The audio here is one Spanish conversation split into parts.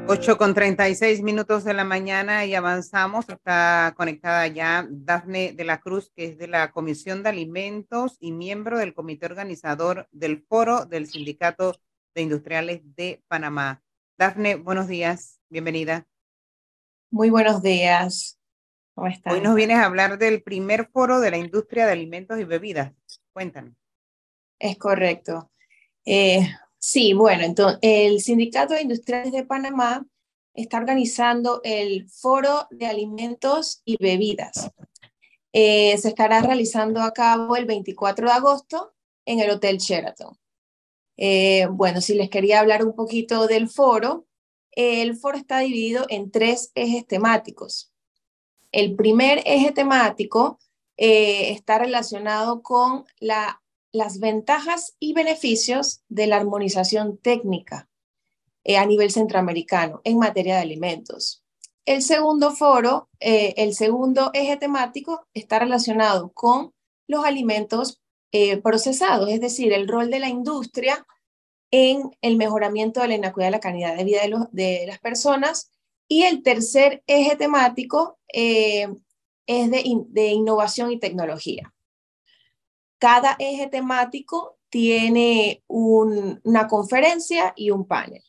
8:36 de la mañana y avanzamos. Está conectada ya Dafne de la Cruz, que es de la Comisión de Alimentos y miembro del comité organizador del Foro del Sindicato de Industriales de Panamá. Dafne, buenos días, bienvenida. Muy buenos días, ¿cómo Hoy están? nos vienes a hablar del primer foro de la industria de alimentos y bebidas. Cuéntanos. Es correcto. Sí, bueno, entonces el Sindicato de Industriales de Panamá está organizando el Foro de Alimentos y Bebidas. Se estará realizando a cabo el 24 de agosto en el Hotel Sheraton. Bueno, si les quería hablar un poquito del foro, el foro está dividido en 3 ejes temáticos. El primer eje temático está relacionado con las ventajas y beneficios de la armonización técnica a nivel centroamericano en materia de alimentos. El segundo el segundo eje temático está relacionado con los alimentos procesados, es decir, el rol de la industria en el mejoramiento de la inocuidad de la calidad de vida de las personas. Y el tercer eje temático es de innovación y tecnología. Cada eje temático tiene una conferencia y un panel.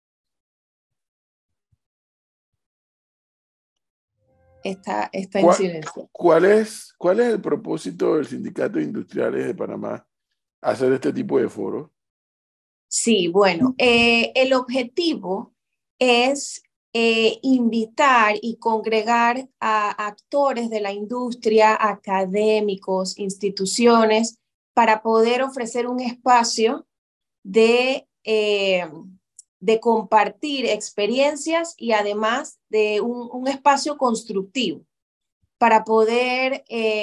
Está en silencio. ¿Cuál es el propósito del Sindicato de Industriales de Panamá hacer este tipo de foros? Sí, bueno, el objetivo es invitar y congregar a actores de la industria, académicos, instituciones, para poder ofrecer un espacio de compartir experiencias y además de un espacio constructivo para poder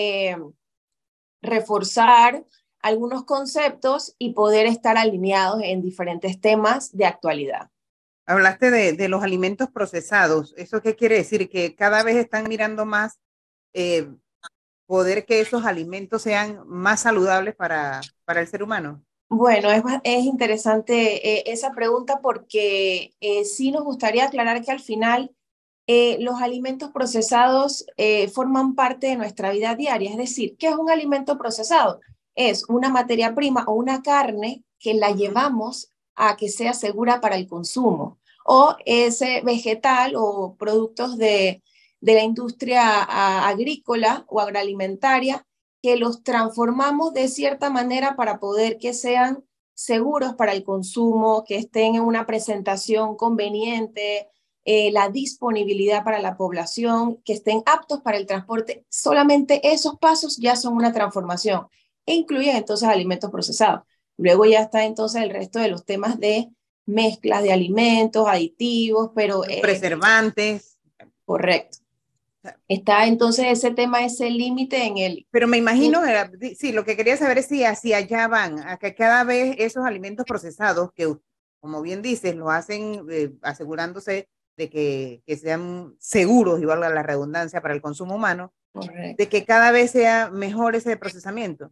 reforzar algunos conceptos y poder estar alineados en diferentes temas de actualidad. Hablaste de los alimentos procesados. ¿Eso qué quiere decir? Que cada vez están mirando más poder que esos alimentos sean más saludables para el ser humano. Bueno, es interesante esa pregunta porque sí nos gustaría aclarar que al final los alimentos procesados forman parte de nuestra vida diaria. Es decir, ¿qué es un alimento procesado? Es una materia prima o una carne que la llevamos a que sea segura para el consumo, o ese vegetal o productos de la industria agrícola o agroalimentaria que los transformamos de cierta manera para poder que sean seguros para el consumo, que estén en una presentación conveniente, la disponibilidad para la población, que estén aptos para el transporte. Solamente esos pasos ya son una transformación e incluyen entonces alimentos procesados. Luego ya está entonces el resto de los temas de mezclas de alimentos, aditivos, pero... preservantes. Correcto. Está entonces ese tema, ese límite en el... Pero me imagino, sí, lo que quería saber es si hacia allá van, a que cada vez esos alimentos procesados, que como bien dices, lo hacen asegurándose de que sean seguros, y valga la redundancia, para el consumo humano. Correcto. De que cada vez sea mejor ese procesamiento.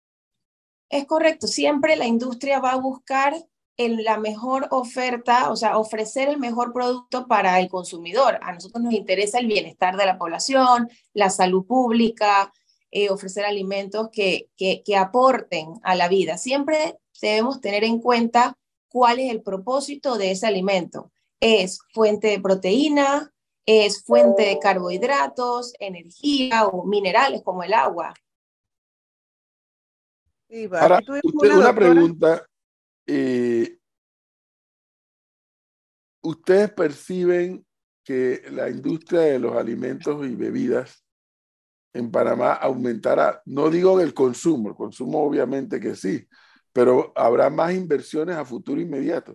Es correcto, siempre la industria va a buscar la mejor oferta, o sea, ofrecer el mejor producto para el consumidor. A nosotros nos interesa el bienestar de la población, la salud pública, ofrecer alimentos que aporten a la vida. Siempre debemos tener en cuenta cuál es el propósito de ese alimento. ¿Es fuente de proteína? ¿Es fuente de carbohidratos, energía o minerales como el agua? Sí, ahora, usted, una pregunta. ¿Ustedes perciben que la industria de los alimentos y bebidas en Panamá aumentará? No digo el consumo obviamente que sí, pero ¿habrá más inversiones a futuro inmediato?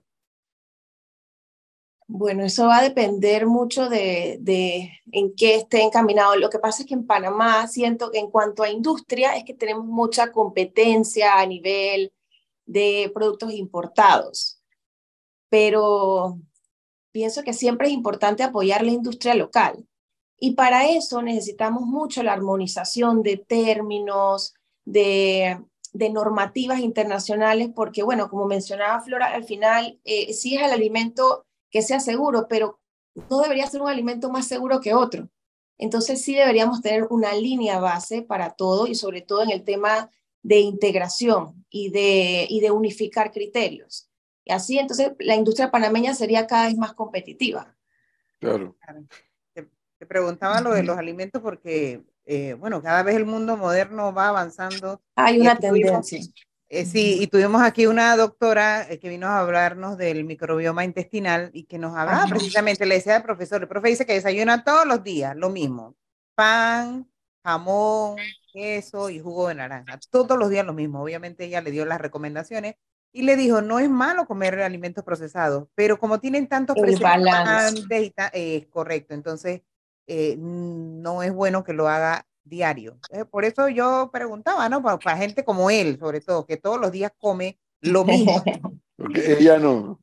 Bueno, eso va a depender mucho de en qué esté encaminado. Lo que pasa es que en Panamá siento que en cuanto a industria es que tenemos mucha competencia a nivel de productos importados, pero pienso que siempre es importante apoyar la industria local. Y para eso necesitamos mucho la armonización de términos, de normativas internacionales, porque, bueno, como mencionaba Flora, al final sí es el alimento que sea seguro, pero no debería ser un alimento más seguro que otro. Entonces sí deberíamos tener una línea base para todo y sobre todo en el tema de integración y de unificar criterios. Y así entonces la industria panameña sería cada vez más competitiva. Claro. Te preguntaba lo de los alimentos porque, bueno, cada vez el mundo moderno va avanzando. Hay una tendencia. Sí, y tuvimos aquí una doctora que vino a hablarnos del microbioma intestinal y que nos hablaba precisamente, le decía al profesor, el profe dice que desayuna todos los días lo mismo, pan, jamón, queso y jugo de naranja, todos los días lo mismo. Obviamente ella le dio las recomendaciones y le dijo, no es malo comer alimentos procesados, pero como tienen tantos preservantes y es correcto, entonces no es bueno que lo haga diario. Por eso yo preguntaba, ¿no? Para gente como él, sobre todo, que todos los días come lo mismo. Porque ella no.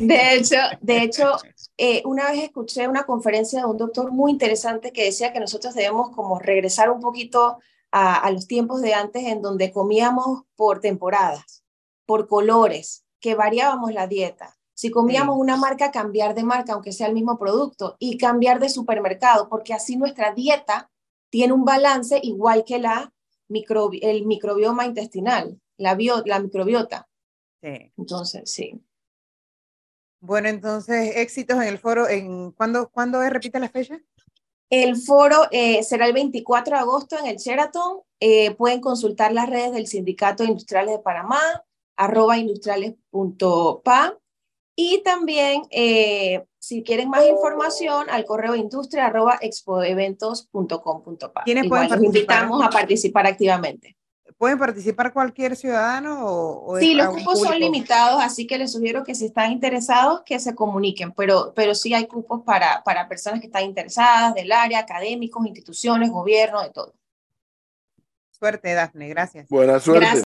De hecho, una vez escuché una conferencia de un doctor muy interesante que decía que nosotros debemos como regresar un poquito a los tiempos de antes en donde comíamos por temporadas, por colores, que variábamos la dieta. Si comíamos una marca, cambiar de marca, aunque sea el mismo producto, y cambiar de supermercado, porque así nuestra dieta tiene un balance igual que el microbioma intestinal, la microbiota. Sí. Entonces, sí. Bueno, entonces, éxitos en el foro. ¿Cuándo es? Repite la fecha. El foro será el 24 de agosto en el Sheraton. Pueden consultar las redes del Sindicato de Industriales de Panamá, @industriales.pa. Y también, si quieren más información, al correo industria@expoeventos.com.pa. ¿Quiénes pueden Igual los invitamos a participar activamente. ¿Pueden participar cualquier ciudadano o sí, es los a un cupos son público? limitados, así que les sugiero que si están interesados, que se comuniquen, pero sí hay cupos para personas que están interesadas del área, académicos, instituciones, gobierno, de todo. Suerte, Dafne, gracias. Buena suerte. Gracias.